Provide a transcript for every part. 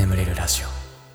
眠れるラジ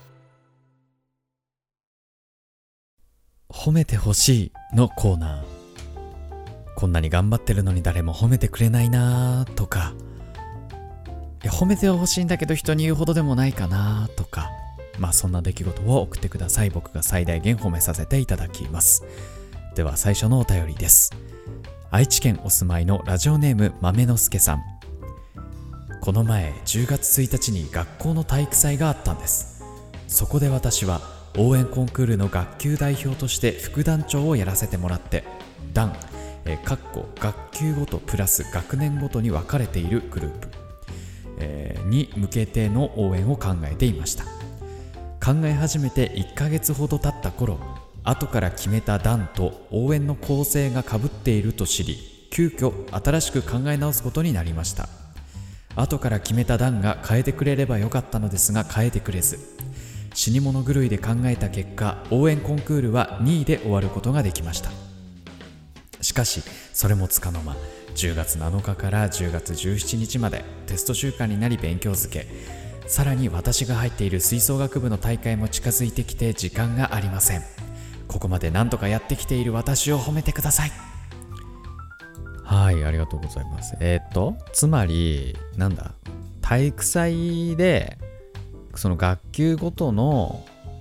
オ。褒めてほしいのコーナー。こんなに頑張ってるのに誰も褒めてくれないなとか、いや褒めてほしいんだけど人に言うほどでもないかなとか、そんな出来事を送ってください。僕が最大限褒めさせていただきます。では最初のお便りです。愛知県お住まいのラジオネーム豆之助さん。この前10月1日に学校の体育祭があったんです。そこで私は応援コンクールの学級代表として副団長をやらせてもらって、団学級ごとプラス学年ごとに分かれているグループ、に向けての応援を考えていました。考え始めて1ヶ月ほど経った頃、後から決めた団と応援の構成が被っていると知り、急遽新しく考え直すことになりました。後から決めた団が変えてくれればよかったのですが変えてくれず、死に物狂いで考えた結果、応援コンクールは2位で終わることができました。しかしそれもつかの間、10月7日から10月17日までテスト週間になり勉強づけ、さらに私が入っている吹奏楽部の大会も近づいてきて時間がありません。ここまで何とかやってきている私を褒めてください。はい、ありがとうございます。つまり体育祭でその学級ごとの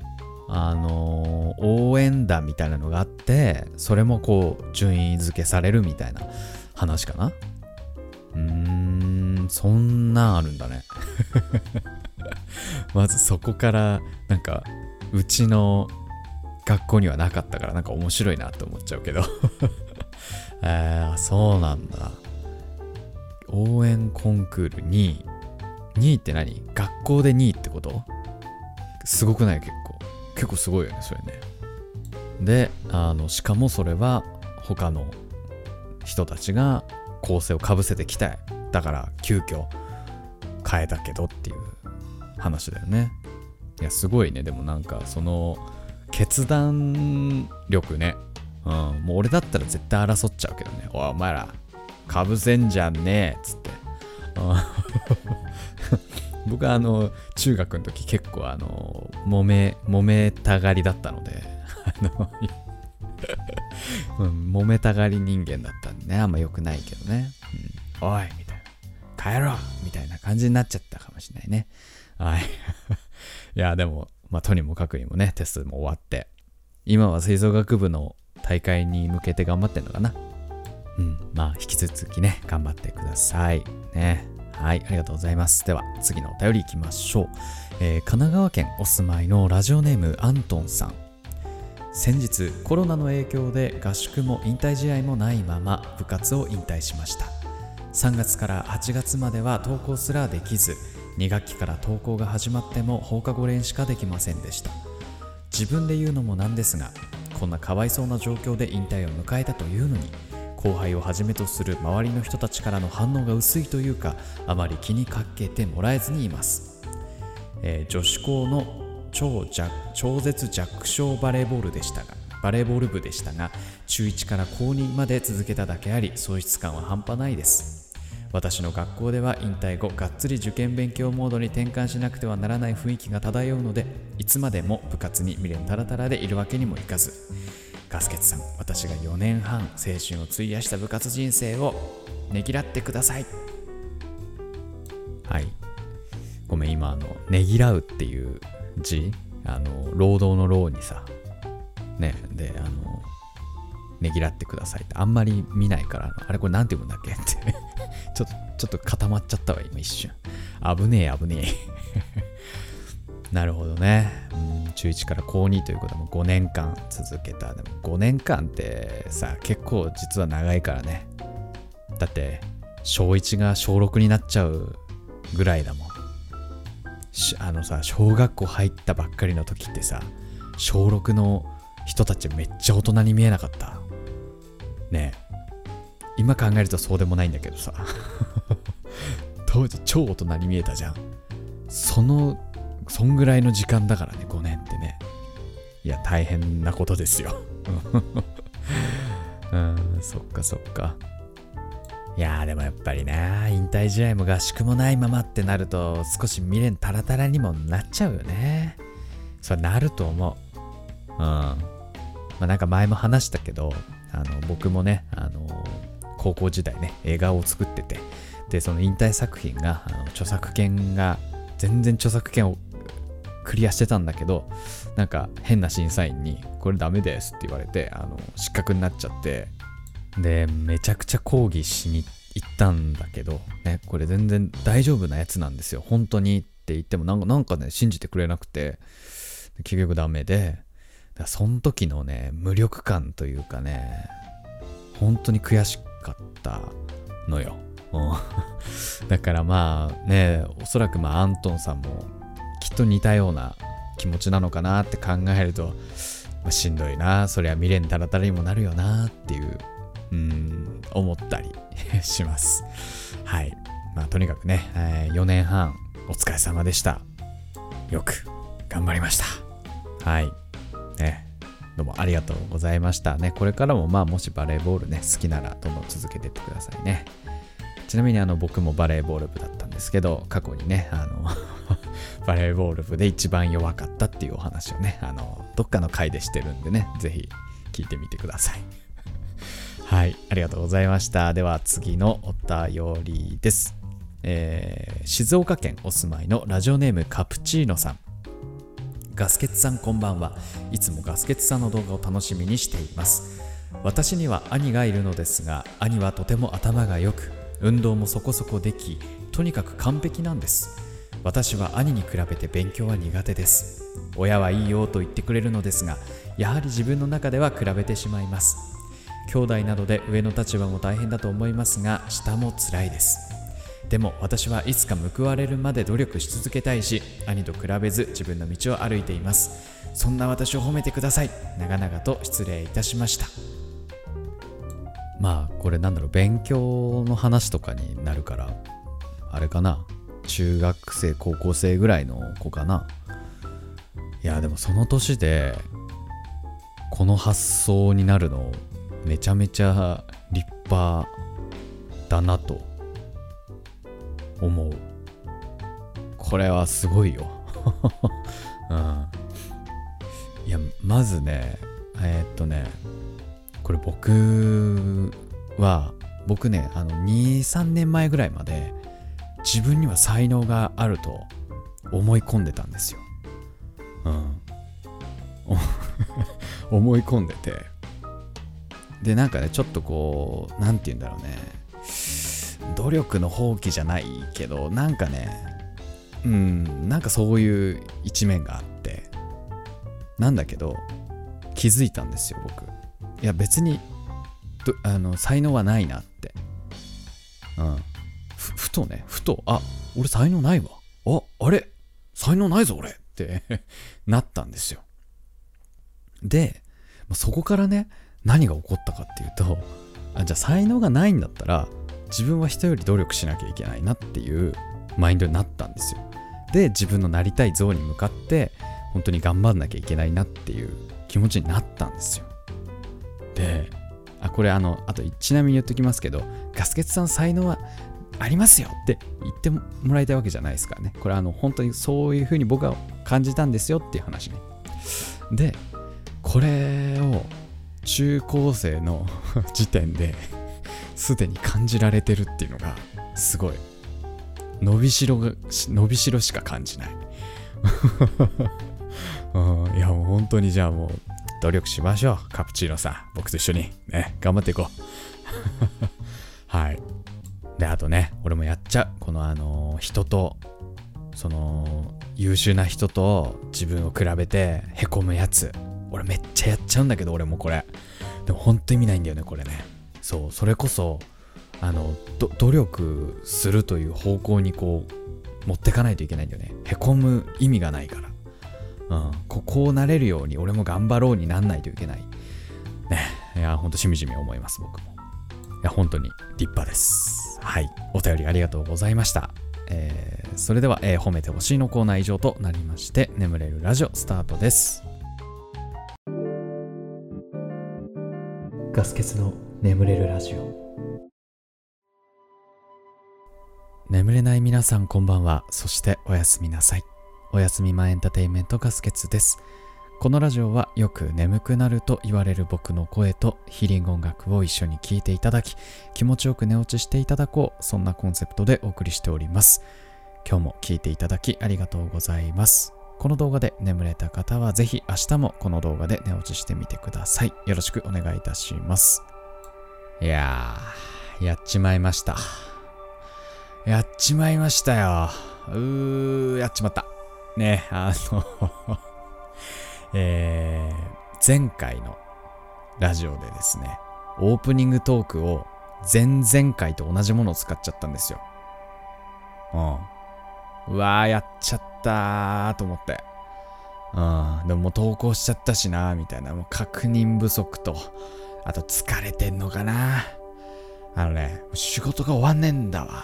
応援団みたいなのがあって、それもこう順位付けされるみたいな話かな。そんなんあるんだね。まずそこからうちの学校にはなかったから面白いなって思っちゃうけど。そうなんだ。応援コンクール2位って何？学校で2位ってこと？すごくない？結構すごいよね、それね。で、しかもそれは他の人たちが構成をかぶせてきた。だから急遽変えたけどっていう話だよね。いや、すごいね。でもその決断力ね。もう俺だったら絶対争っちゃうけどね。お前らかぶせんじゃねえっつって。僕は中学の時結構揉めたがりだったので揉めたがり人間だったんでね、あんま良くないけどね。おいみたいな、帰ろうみたいな感じになっちゃったかもしれないね。はい。いやでもとにもかくにもね、テストも終わって、今は吹奏楽部の大会に向けて頑張ってんのかな。引き続きね頑張ってくださいね。はい、ありがとうございます。では次のお便りいきましょう。神奈川県お住まいのラジオネームアントンさん。先日コロナの影響で合宿も引退試合もないまま部活を引退しました。3月から8月までは登校すらできず、2学期から登校が始まっても放課後練しかできませんでした。自分で言うのもなんですが、こんなかわいそうな状況で引退を迎えたというのに、後輩をはじめとする周りの人たちからの反応が薄いというか、あまり気にかけてもらえずにいます。女子校の超絶弱小バレーボール部でしたが、中1から高2まで続けただけあり、喪失感は半端ないです。私の学校では引退後がっつり受験勉強モードに転換しなくてはならない雰囲気が漂うので、いつまでも部活に未練たらたらでいるわけにもいかず、ガスケツさん、私が4年半青春を費やした部活人生をねぎらってください。はい、ごめん、今ねぎらうっていう字、労働の労にさね、でねぎらってくださいってあんまり見ないから、あれこれなんて言うんだっけってちょっと固まっちゃったわ今一瞬。危ねえなるほどね。中1から高2ということも5年間続けた。でも5年間ってさ、結構実は長いからね。だって小1が小6になっちゃうぐらいだもん。小学校入ったばっかりの時ってさ、小6の人たちめっちゃ大人に見えなかったね。今考えるとそうでもないんだけどさ当時超大人に見えたじゃん。そんぐらいの時間だからね、5年ってね。いや大変なことですよそっか。 いやーでもやっぱりね、引退試合も合宿もないままってなると少し未練タラタラにもなっちゃうよね。それなると思う。まあなんか前も話したけど、僕もね、高校時代ね、映画を作ってて、でその引退作品が著作権が全然著作権をクリアしてたんだけど、なんか変な審査員にこれダメですって言われて失格になっちゃって、でめちゃくちゃ抗議しに行ったんだけどね、これ全然大丈夫なやつなんですよ本当にって言ってもなんかね信じてくれなくて、結局ダメで、その時のね無力感というかね、本当に悔しかったのよ。だからまあね、おそらくアントンさんもきっと似たような気持ちなのかなって考えると、しんどいな、そりゃ未練タラタラにもなるよなっていう思ったりします。はい。とにかくね、4年半お疲れ様でした。よく頑張りました。はい。ね、どうもありがとうございましたね。これからももしバレーボールね好きならどんどん続けていってくださいね。ちなみに僕もバレーボール部だったんですけど、過去にねバレーボール部で一番弱かったっていうお話をねどっかの回でしてるんでね、ぜひ聞いてみてください。はい、ありがとうございました。では次のお便りです。静岡県お住まいのラジオネームカプチーノさん。ガスケツさんこんばんは。いつもガスケツさんの動画を楽しみにしています。私には兄がいるのですが、兄はとても頭が良く、運動もそこそこでき、とにかく完璧なんです。私は兄に比べて勉強は苦手です。親はいいよと言ってくれるのですが、やはり自分の中では比べてしまいます。兄弟などで上の立場も大変だと思いますが、下も辛いです。でも私はいつか報われるまで努力し続けたいし、兄と比べず自分の道を歩いています。そんな私を褒めてください。長々と失礼いたしました。これ勉強の話とかになるからあれかな、中学生高校生ぐらいの子かな。いやでもその年でこの発想になるのめちゃめちゃ立派だなと思う。これはすごいよ。いやまずねこれ僕ね2、3年前ぐらいまで自分には才能があると思い込んでたんですよ。思い込んでて、でちょっとこうなんて言うんだろうね、努力の放棄じゃないけどそういう一面があって、なんだけど気づいたんですよ僕。いや別に才能はないなって。ふと俺才能ないわ。あれ才能ないぞ俺ってなったんですよ。でそこからね何が起こったかっていうと、じゃあ才能がないんだったら自分は人より努力しなきゃいけないなっていうマインドになったんですよ。で自分のなりたい像に向かって本当に頑張んなきゃいけないなっていう気持ちになったんですよ。でこれあとちなみに言っときますけど、ガスケツさん才能はありますよって言ってもらいたいわけじゃないですからね。これ本当にそういう風に僕は感じたんですよっていう話ね。でこれを中高生の時点ですでに感じられてるっていうのがすごい伸びしろしか感じない。いやもう本当にじゃあもう努力しましょう。カプチーノさん、僕と一緒にね頑張っていこう。はい。であとね、俺もやっちゃう、この人とその優秀な人と自分を比べてへこむやつ、俺めっちゃやっちゃうんだけど、俺もこれでも本当意味ないんだよねこれね。そう、それこそ努力するという方向にこう持ってかないといけないんだよね。へこむ意味がないから、こうなれるように俺も頑張ろうになんないといけないね。いやほんとしみじみ思います僕も。いや本当に立派です。はい、お便りありがとうございました。それでは、褒めてほしいのコーナー以上となりまして、眠れるラジオスタートです。ガス欠の眠れるラジオ。 眠れない皆さんこんばんは。そしておやすみなさい。おやすみ前エンターテインメントガスケツです。このラジオはよく眠くなると言われる僕の声とヒーリング音楽を一緒に聴いていただき、気持ちよく寝落ちしていただこう、そんなコンセプトでお送りしております。今日も聴いていただきありがとうございます。この動画で眠れた方はぜひ明日もこの動画で寝落ちしてみてください。よろしくお願いいたします。いやー、やっちまいました。やっちまいましたよ。やっちまった。ね、前回のラジオでですね、オープニングトークを前々回と同じものを使っちゃったんですよ。うわー、やっちゃったーと思って。でももう投稿しちゃったしなーみたいな、もう確認不足と、あと疲れてんのかな。仕事が終わんねえんだわ。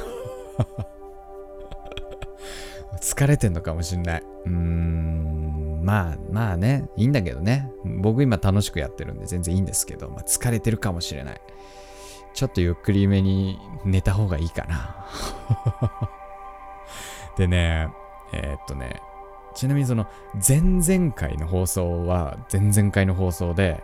疲れてんのかもしんない。まあね、いいんだけどね。僕今楽しくやってるんで全然いいんですけど、疲れてるかもしれない。ちょっとゆっくりめに寝た方がいいかな。でね、ちなみにその前々回の放送は前々回の放送で、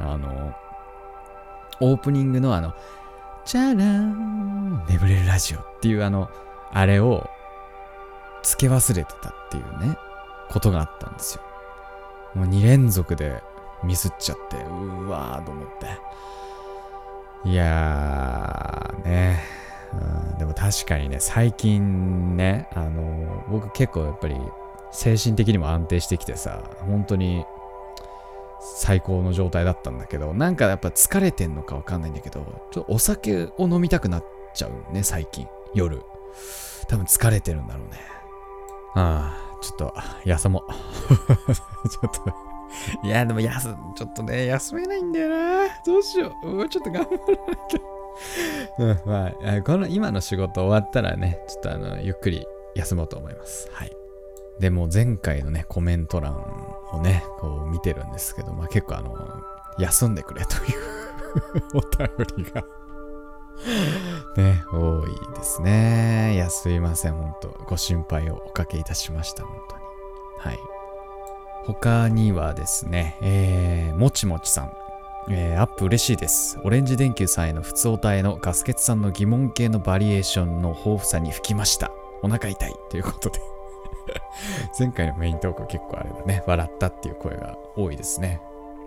オープニングのチャラーン眠れるラジオっていうあれを付け忘れてたっていうね、ことがあったんですよ。もう2連続でミスっちゃって、うわーと思って。いやーね、でも確かにね、最近ね、僕結構やっぱり精神的にも安定してきてさ、本当に最高の状態だったんだけど、なんかやっぱ疲れてんのかわかんないんだけど、ちょっとお酒を飲みたくなっちゃうね、最近。夜。多分疲れてるんだろうね。ちょっと休もう。ちょっと、いやでもちょっとね、休めないんだよな。どうしよう。ちょっと頑張らなきゃ。この今の仕事終わったらね、ちょっとゆっくり休もうと思います。はい。でも前回のね、コメント欄をね、こう見てるんですけど、結構休んでくれというお便りがね、多いですね。いや、すいません、本当ご心配をおかけいたしました、本当に。はい。他にはですね、もちもちさん、アップ嬉しいです。オレンジ電球さんへの普通おたへのガスケツさんの疑問系のバリエーションの豊富さに吹きました。お腹痛いということで。前回のメイントーク結構あれだね、笑ったっていう声が多いですね。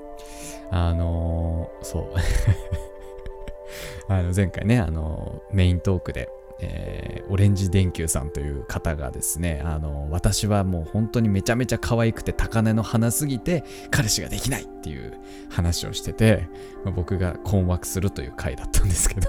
そう。前回ね、メイントークで、オレンジ電球さんという方がですね、私はもう本当にめちゃめちゃ可愛くて高嶺の花すぎて彼氏ができないっていう話をしてて、僕が困惑するという回だったんですけど、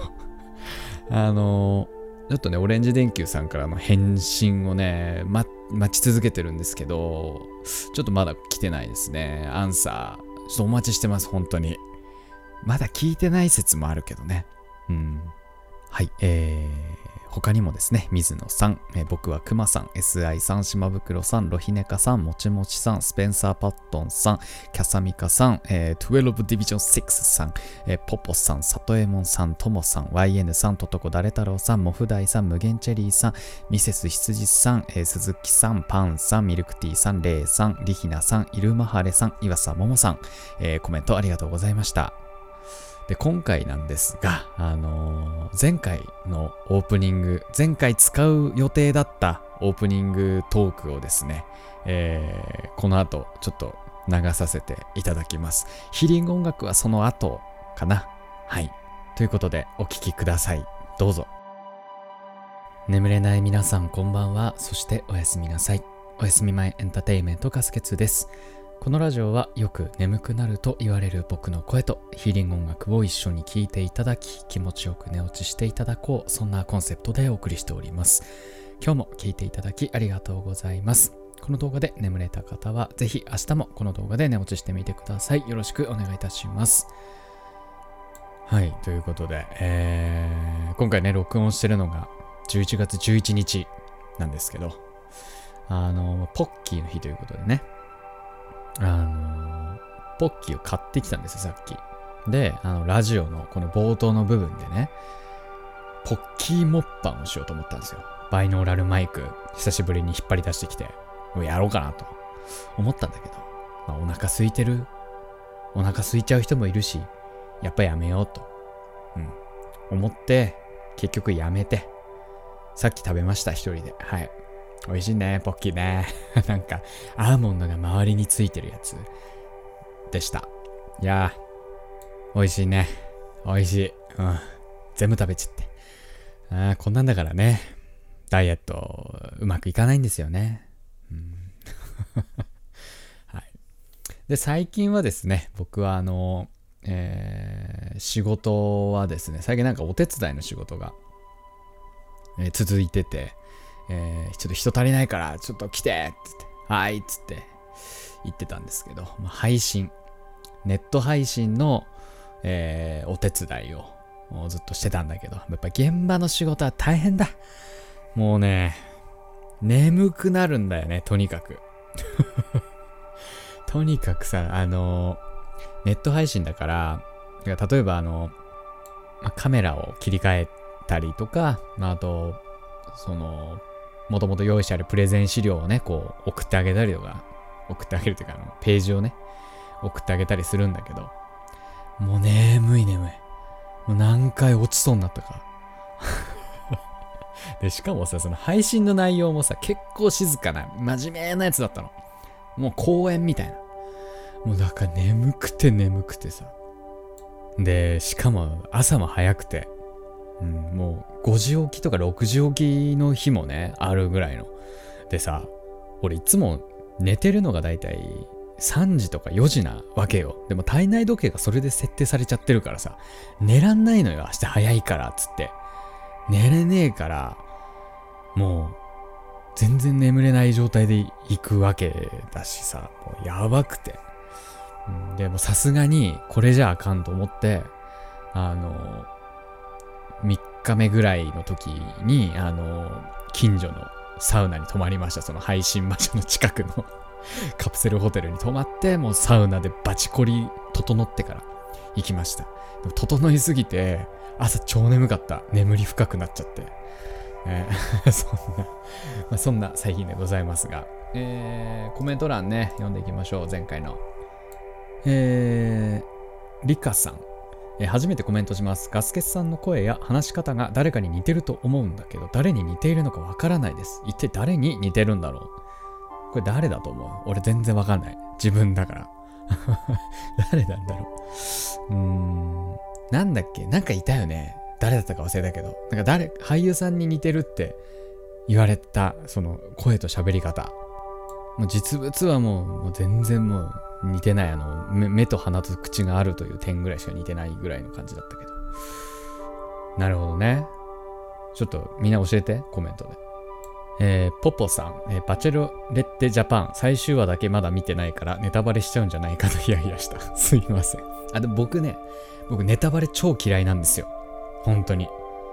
ちょっとね、オレンジ電球さんからの返信をね、待ち続けてるんですけど、ちょっとまだ来てないですね。アンサー。ちょっとお待ちしてます、本当に。まだ聞いてない説もあるけどね。はい。他にもですね、水野さん、僕はくまさん、SI さん、島袋さん、ロヒネカさん、もちもちさん、スペンサーパットンさん、キャサミカさん、12ディビジョン6さん、ポポさん、サトエモンさん、ともさん、YN さん、トトコダレ太郎さん、モフダイさん、無限チェリーさん、ミセス羊さん、鈴木さん、パンさん、ミルクティーさん、レイさん、リヒナさん、イルマハレさん、岩佐桃さん、コメントありがとうございました。で、今回なんですが、前回のオープニング、前回使う予定だったオープニングトークをですね、この後ちょっと流させていただきます。ヒーリング音楽はその後かな。はい。ということでお聴きください。どうぞ。眠れない皆さんこんばんは。そしておやすみなさい。おやすみ前エンターテインメントガスケツです。このラジオはよく眠くなると言われる僕の声とヒーリング音楽を一緒に聴いていただき、気持ちよく寝落ちしていただこう、そんなコンセプトでお送りしております。今日も聴いていただきありがとうございます。この動画で眠れた方はぜひ明日もこの動画で寝落ちしてみてください。よろしくお願いいたします。はい、ということで、今回ね、録音してるのが11月11日なんですけど、ポッキーの日ということでね、ポッキーを買ってきたんですよ、さっき。で、ラジオのこの冒頭の部分でね、 ポッキーモッパンをしようと思ったんですよ。バイノーラルマイク久しぶりに引っ張り出してきて、もうやろうかなと思ったんだけど、まあ、お腹空いちゃう人もいるし、やっぱやめようと、思って結局やめて、さっき食べました一人で。はい、美味しいねポッキーねなんかアーモンドが周りについてるやつでした。いやー美味しいね、美味しい。全部食べちゃって、こんなんだからね、ダイエットうまくいかないんですよね。はい。で、最近はですね、僕は仕事はですね、最近なんかお手伝いの仕事が、続いてて、ちょっと人足りないからちょっと来てっつって、はいっつって言ってたんですけど、ネット配信の、お手伝いをずっとしてたんだけど、やっぱ現場の仕事は大変だ。もうね、眠くなるんだよね、とにかくとにかくさ、ネット配信だから、例えばカメラを切り替えたりとか、あともともと用意してあるプレゼン資料をね、こう送ってあげたりとか、送ってあげるというかページをね送ってあげたりするんだけど、もう眠い。もう何回落ちそうになったかで、しかもさ、その配信の内容もさ、結構静かな真面目なやつだったの。もう公演みたいな。もうだから眠くてさ。で、しかも朝も早くて、もう5時起きとか6時起きの日もね、あるぐらいの。でさ、俺いつも寝てるのがだいたい3時とか4時なわけよ。でも体内時計がそれで設定されちゃってるからさ、寝らんないのよ、明日早いからっつって。寝れねえから、もう全然眠れない状態で行くわけだしさ、もうやばくて。でもさすがにこれじゃあかんと思って、3日目ぐらいの時に近所のサウナに泊まりました。その配信場所の近くのカプセルホテルに泊まって、もうサウナでバチコリ整ってから行きました。でも整いすぎて朝超眠かった。眠り深くなっちゃって、そんな最近でございますが、コメント欄ね読んでいきましょう。前回のリカさん、初めてコメントします。ガスケツさんの声や話し方が誰かに似てると思うんだけど、誰に似ているのかわからないです。一体誰に似てるんだろう。これ誰だと思う？俺全然わかんない。自分だから誰なんだろう。なんだっけ、なんかいたよね。誰だったか忘れたけど、なんか俳優さんに似てるって言われた、その声と喋り方。もう実物はもう全然もう似てない。目と鼻と口があるという点ぐらいしか似てないぐらいの感じだったけど。なるほどね。ちょっとみんな教えて、コメントで。ポポさん、バチェロレッテジャパン最終話だけまだ見てないからネタバレしちゃうんじゃないかとヒヤヒヤした。すいません。でも僕ネタバレ超嫌いなんですよ。本当に。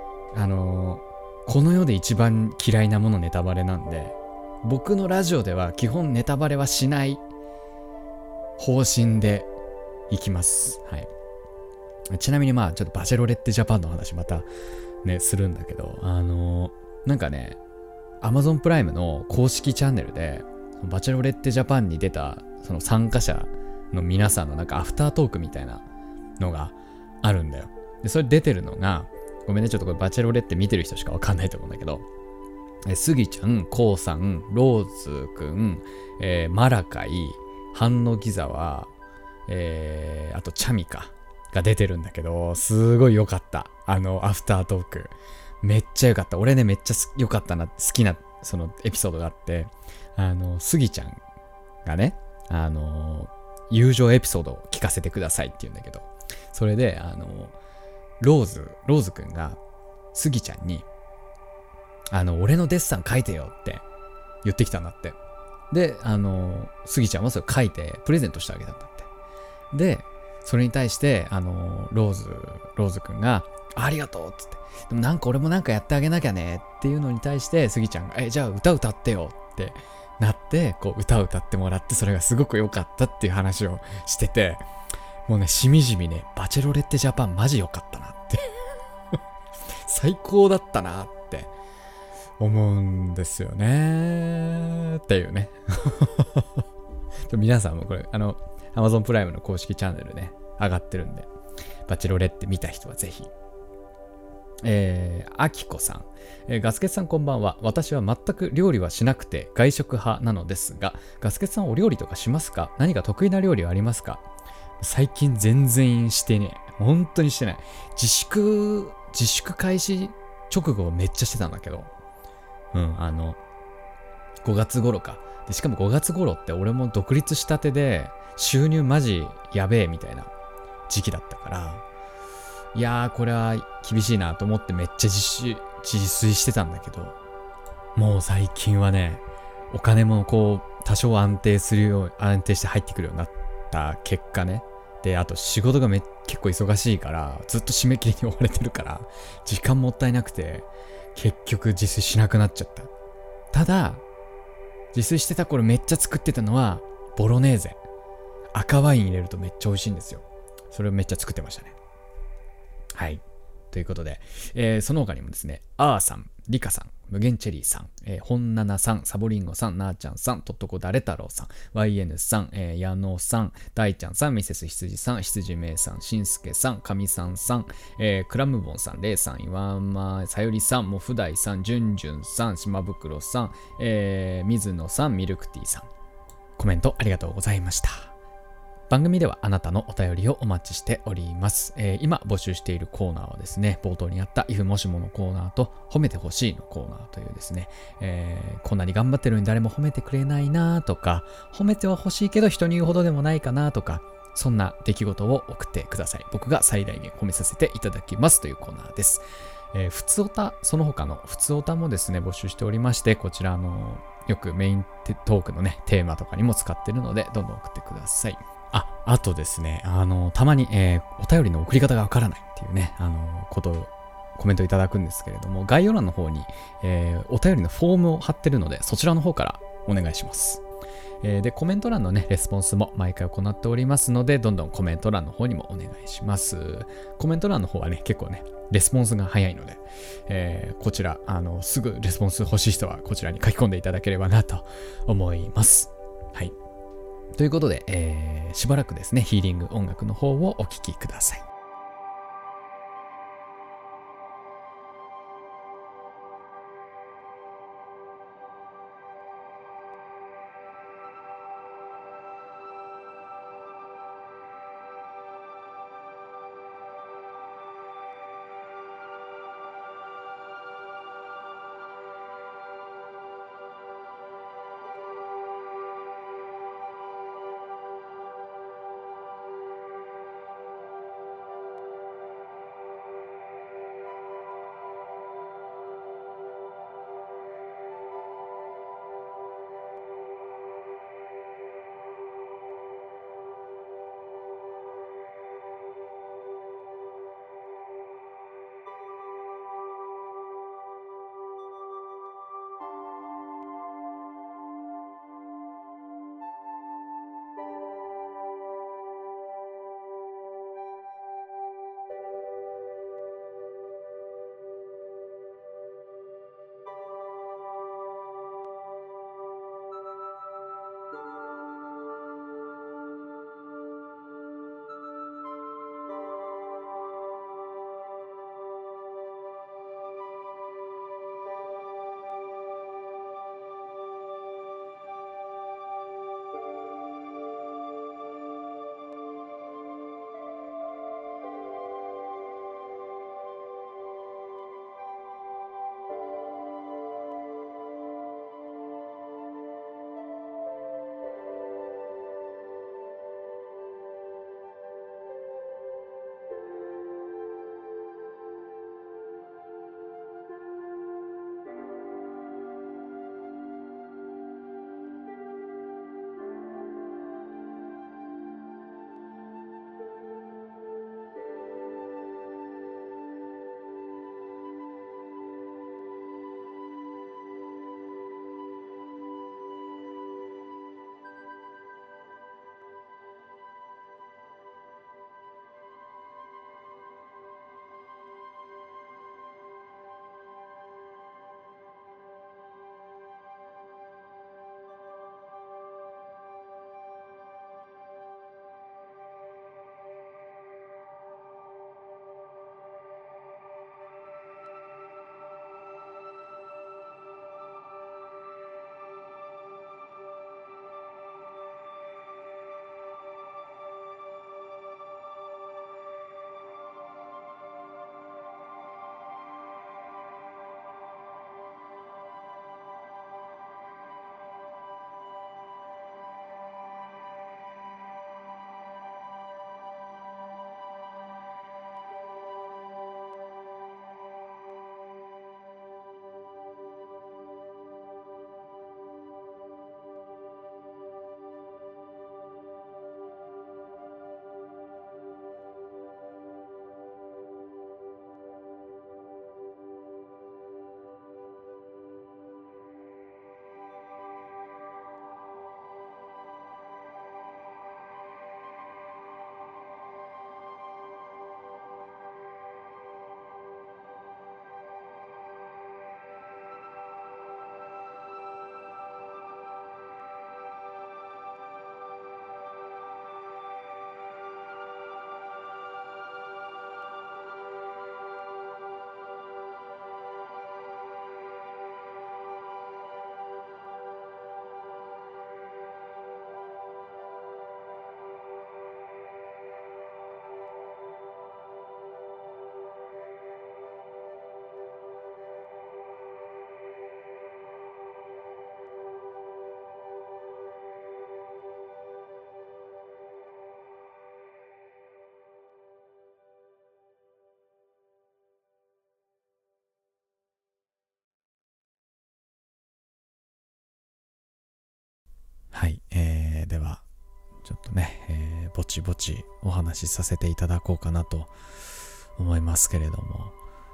この世で一番嫌いなものネタバレなんで、僕のラジオでは基本ネタバレはしない方針でいきます。はい。ちなみにちょっとバチェロレッテジャパンの話またねするんだけど、なんかね、Amazon プライムの公式チャンネルでバチェロレッテジャパンに出たその参加者の皆さんのなんかアフタートークみたいなのがあるんだよ。で、それ出てるのが、ごめんね、ちょっとこれバチェロレッテ見てる人しかわかんないと思うんだけど、スギちゃん、コウさん、ローズくん、マラカイ、ハンノギザワ、あとチャミカが出てるんだけど、すごい良かった。アフタートーク。めっちゃ良かった。俺ね、めっちゃ良かったな、好きなそのエピソードがあって、スギちゃんがね、友情エピソードを聞かせてくださいって言うんだけど、それで、ローズくんが、スギちゃんに、俺のデッサン書いてよって言ってきたんだって。で、スギちゃんもそれ書いてプレゼントしてあげたんだって。で、それに対して、ローズくんが、ありがとうっつって。でもなんか俺もなんかやってあげなきゃねっていうのに対して、スギちゃんが、じゃあ歌ってよってなって、こう歌ってもらって、それがすごく良かったっていう話をしてて、もうね、しみじみね、バチェロレッテジャパンマジ良かったなって。 最高だったなって思うんですよねっていうね。皆さんもこれAmazon プライムの公式チャンネルね上がってるんで、バチェロレって見た人はぜひ。あきこさん、ガスケツさんこんばんは。私は全く料理はしなくて外食派なのですが、ガスケツさんお料理とかしますか？何か得意な料理はありますか？最近全然してねえ。本当にしてない。自粛開始直後めっちゃしてたんだけど、5月頃か。で、しかも5月頃って俺も独立したてで収入マジやべえみたいな時期だったから、いやーこれは厳しいなと思ってめっちゃ自炊してたんだけど、もう最近はね、お金もこう多少安定して入ってくるようになった結果ね。で、あと仕事が結構忙しいから、ずっと締め切りに追われてるから、時間もったいなくて、結局自炊しなくなっちゃった。ただ、自炊してた頃めっちゃ作ってたのは、ボロネーゼ。赤ワイン入れるとめっちゃ美味しいんですよ。それをめっちゃ作ってましたね。はい。ということで、その他にもですね、あーさん、リカさん、無限チェリーさん、本七さん、サボリンゴさん、なーちゃんさん、とっとこだれ太郎さん、YN さん、矢野さん、大ちゃんさん、ミセス羊さん、羊めいさん、しんすけさん、かみさんさん、クラムボンさん、れいさん、岩間さよりさん、もふだいさん、じゅんじゅんさん、しまぶくろさん、水野さん、ミルクティーさん、コメントありがとうございました。番組ではあなたのお便りをお待ちしております。今募集しているコーナーはですね、冒頭にあった if もしものコーナーと褒めてほしいのコーナーというですね、こんなに頑張ってるのに誰も褒めてくれないなとか、褒めては欲しいけど人に言うほどでもないかなとか、そんな出来事を送ってください。僕が最大限褒めさせていただきますというコーナーです。ふつおた、その他のふつおたもですね、募集しておりまして、こちらよくメイントークのね、テーマとかにも使ってるので、どんどん送ってください。あとですね、たまに、お便りの送り方がわからないっていうね、コメントいただくんですけれども、概要欄の方に、お便りのフォームを貼ってるので、そちらの方からお願いします。で、コメント欄のね、レスポンスも毎回行っておりますので、どんどんコメント欄の方にもお願いします。コメント欄の方はね、結構ね、レスポンスが早いので、こちら、すぐレスポンス欲しい人はこちらに書き込んでいただければなと思います。はい。ということで、しばらくですね、ヒーリング音楽の方をお聴きください。 はい、ではちょっとね、ぼちぼちお話しさせていただこうかなと思いますけれども、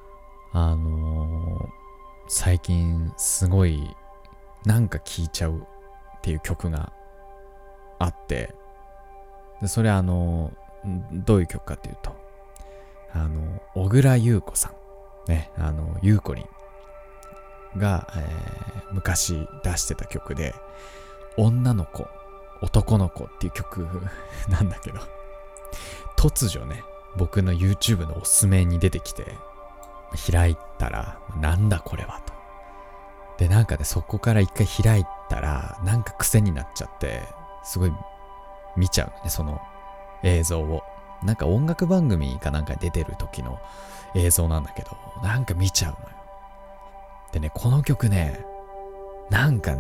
最近すごいなんか聴いちゃうっていう曲があって、でそれどういう曲かっていうと、小倉優子さんね、ゆうこりんが、昔出してた曲で、女の子男の子っていう曲なんだけど、突如ね僕の YouTube のおすすめに出てきて、開いたらなんだこれはと。でなんかね、そこから一回開いたらなんか癖になっちゃって、すごい見ちゃうね、その映像を。なんか音楽番組かなんかに出てる時の映像なんだけど、なんか見ちゃうのよ。でね、この曲ね、なんか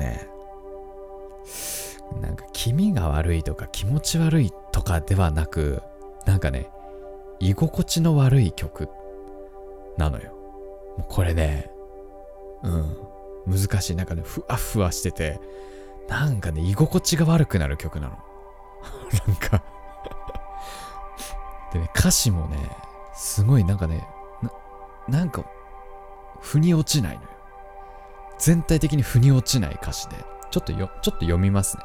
気味が悪いとか気持ち悪いとかではなく、なんかね、居心地の悪い曲なのよ。もうこれね、難しい。なんかね、ふわふわしてて、なんかね、居心地が悪くなる曲なの。なんかでね、歌詞もね、すごいなんかね、なんか腑に落ちないのよ。全体的に腑に落ちない歌詞で、ちょっと読みます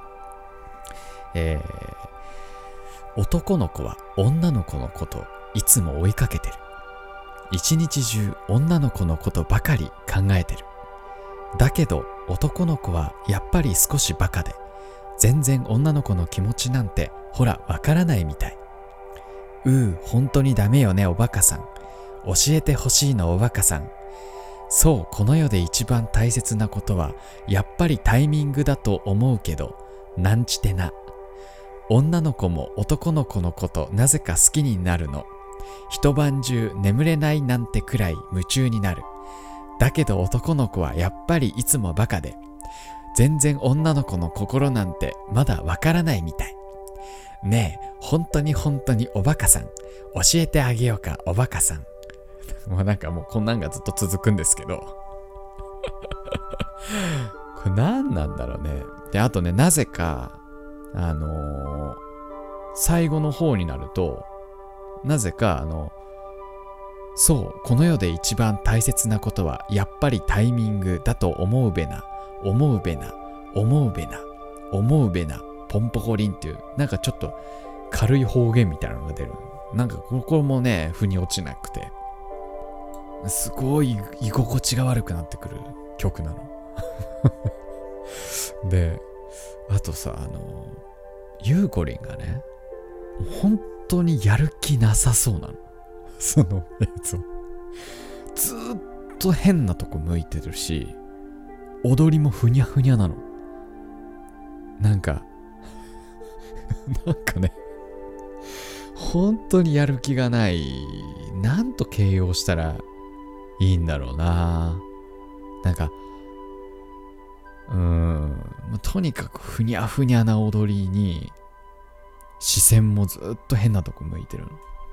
ね。男の子は女の子のこといつも追いかけてる。一日中女の子のことばかり考えてる。だけど男の子はやっぱり少しバカで、全然女の子の気持ちなんてほらわからないみたい。本当にダメよねおバカさん。教えてほしいのおバカさん。そう、この世で一番大切なことはやっぱりタイミングだと思うけど、なんちてな。女の子も男の子のことなぜか好きになるの。一晩中眠れないなんてくらい夢中になる。だけど男の子はやっぱりいつもバカで、全然女の子の心なんてまだわからないみたい。ねえ、本当におバカさん。教えてあげようかおバカさん。もうなんかもうこんなんがずっと続くんですけどこれ何なんだろうね。で、あとね、なぜか最後の方になると、なぜかそう、この世で一番大切なことはやっぱりタイミングだと思うべな、思うべな、思うべな、思うべな、ポンポコリンっていう、なんかちょっと軽い方言みたいなのが出る。なんかここもね、腑に落ちなくて、すごい居心地が悪くなってくる曲なので、あとさ、ゆうこりんがね、本当にやる気なさそうなの。その映像ずーっと変なとこ向いてるし、踊りもふにゃふにゃなの。なんかね、本当にやる気がない。なんと形容したらいいんだろうな。なんかとにかくふにゃふにゃな踊りに、視線もずっと変なとこ向いてるの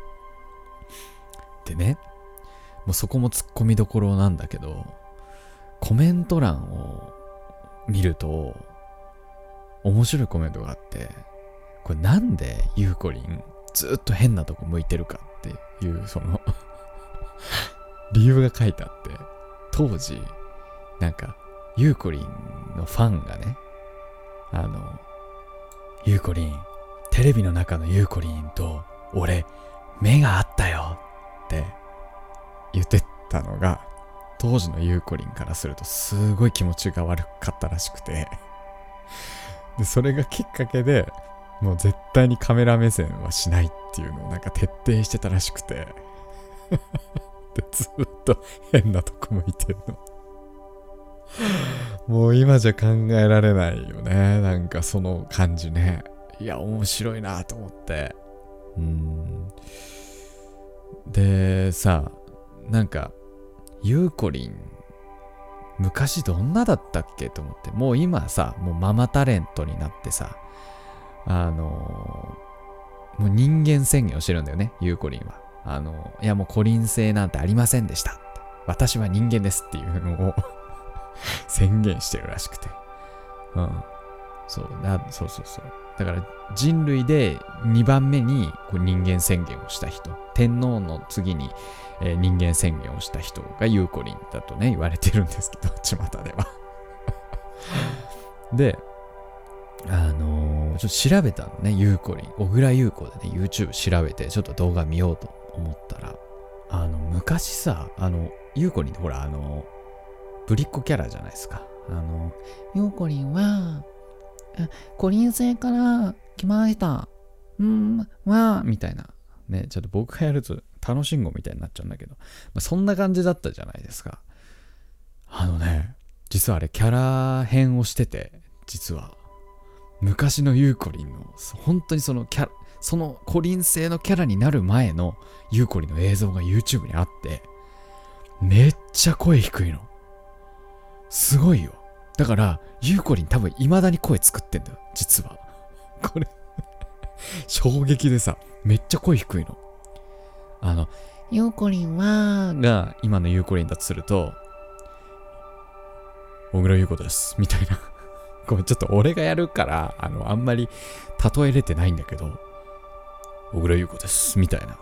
でね、もうそこもツッコミどころなんだけど、コメント欄を見ると面白いコメントがあって、これなんでゆうこりんずっと変なとこ向いてるかっていうその理由が書いてあって、当時なんかゆうこりんのファンがね、ゆうこりん、テレビの中のゆうこりんと俺目があったよって言ってたのが、当時のゆうこりんからするとすごい気持ちが悪かったらしくて、でそれがきっかけでもう絶対にカメラ目線はしないっていうのをなんか徹底してたらしくてでずっと変なとこ向いてるのもう今じゃ考えられないよね。なんかその感じね。いや面白いなと思って。でさ、なんかゆうこりん昔どんなだったっけと思って、もう今さ、もうママタレントになってさ、もう人間宣言をしてるんだよね、ゆうこりんは。いやもうこりん性なんてありませんでした。私は人間ですっていうのを宣言してるらしくて。 そうだから人類で2番目にこう人間宣言をした人、天皇の次に、人間宣言をした人がゆうこりんだとね言われてるんですけど、巷ではでちょっと調べたのね、ゆうこりん、小倉優子でね YouTube 調べてちょっと動画見ようと思ったら、昔さ、ゆうこりんってほらぶりっ子キャラじゃないですか。ゆうこりんはコリン星から来ました。みたいな。ね、ちょっと僕がやると楽しんごみたいになっちゃうんだけど、そんな感じだったじゃないですか。実はあれキャラ編をしてて、実は昔のゆうこりんの、本当にそのコリン星のキャラになる前のゆうこりんの映像が YouTube にあって、めっちゃ声低いの。すごいよ。だからゆうこりん多分未だに声作ってんだよ、実は。これ衝撃でさ、めっちゃ声低いの。ゆうこりんはが今のゆうこりんだとすると、小倉優子ですみたいな。これちょっと俺がやるからあんまり例えれてないんだけど、小倉優子ですみたいな。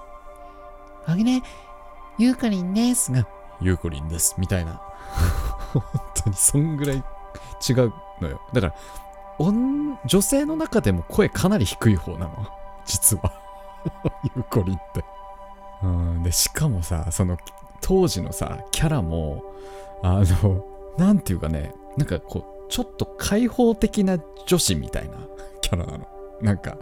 ゆうこりんですが、ゆうこりんですみたいな。本当にそんぐらい違うのよ。だから女性の中でも声かなり低い方なの、実は。ゆうこりんって。でしかもさ、その当時のさキャラもなんていうかね、なんかこうちょっと開放的な女子みたいなキャラなの。なんか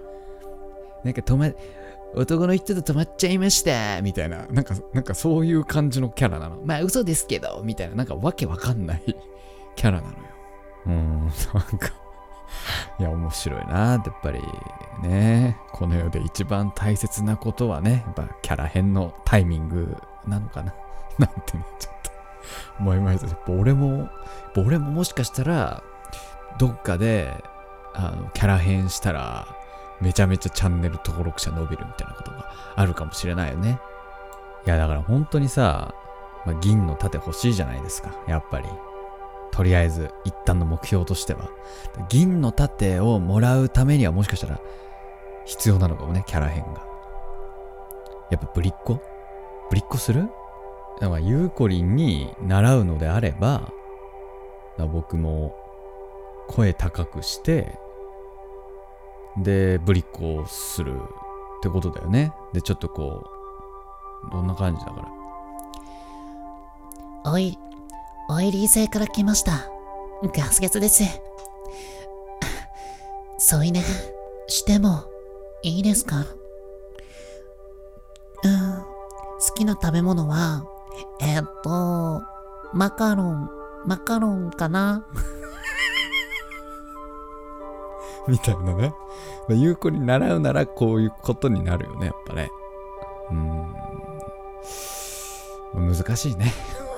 男の人と泊まっちゃいましたみたいな、なんかそういう感じのキャラなの。まあ嘘ですけどみたいな、なんかわけわかんないキャラなのよ。なんかいや面白いなって、やっぱりね、この世で一番大切なことはね、やっぱキャラ編のタイミングなのかななんてね、ちょっと思いました。俺ももしかしたらどっかでキャラ編したらめちゃめちゃチャンネル登録者伸びるみたいなことがあるかもしれないよね。いやだから本当にさ、銀の盾欲しいじゃないですか、やっぱり。とりあえず一旦の目標としては銀の盾をもらうためには、もしかしたら必要なのかもね、キャラ編が。やっぱぶりっ子する？だからゆうこりんに習うのであれば、僕も声高くしてでぶりっ子をするってことだよね。でちょっとこうどんな感じだから、 オイリー星から来ました。ガス欠です。添い寝してもいいですか？好きな食べ物はマカロンかなみたいなね。ゆうこに習うならこういうことになるよね、やっぱね。難しいね。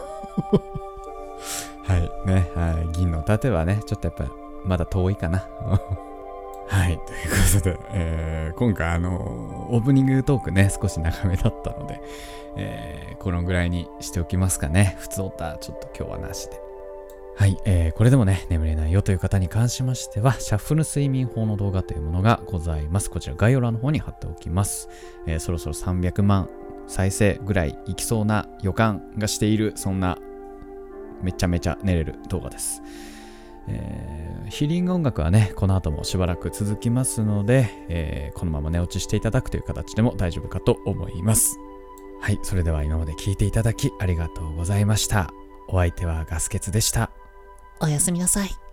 はいね、銀の盾はね、ちょっとやっぱまだ遠いかな。はい、ということで、今回オープニングトークね、少し長めだったので、このぐらいにしておきますかね。普通オタちょっと今日はなしで。はい、これでもね、眠れないよという方に関しましては、シャッフル睡眠法の動画というものがございます。こちら概要欄の方に貼っておきます。そろそろ300万再生ぐらいいきそうな予感がしている、そんなめちゃめちゃ寝れる動画です。ヒーリング音楽はね、この後もしばらく続きますので、このまま寝落ちしていただくという形でも大丈夫かと思います。はい、それでは今まで聞いていただきありがとうございました。お相手はガスケツでした。 おやすみなさい。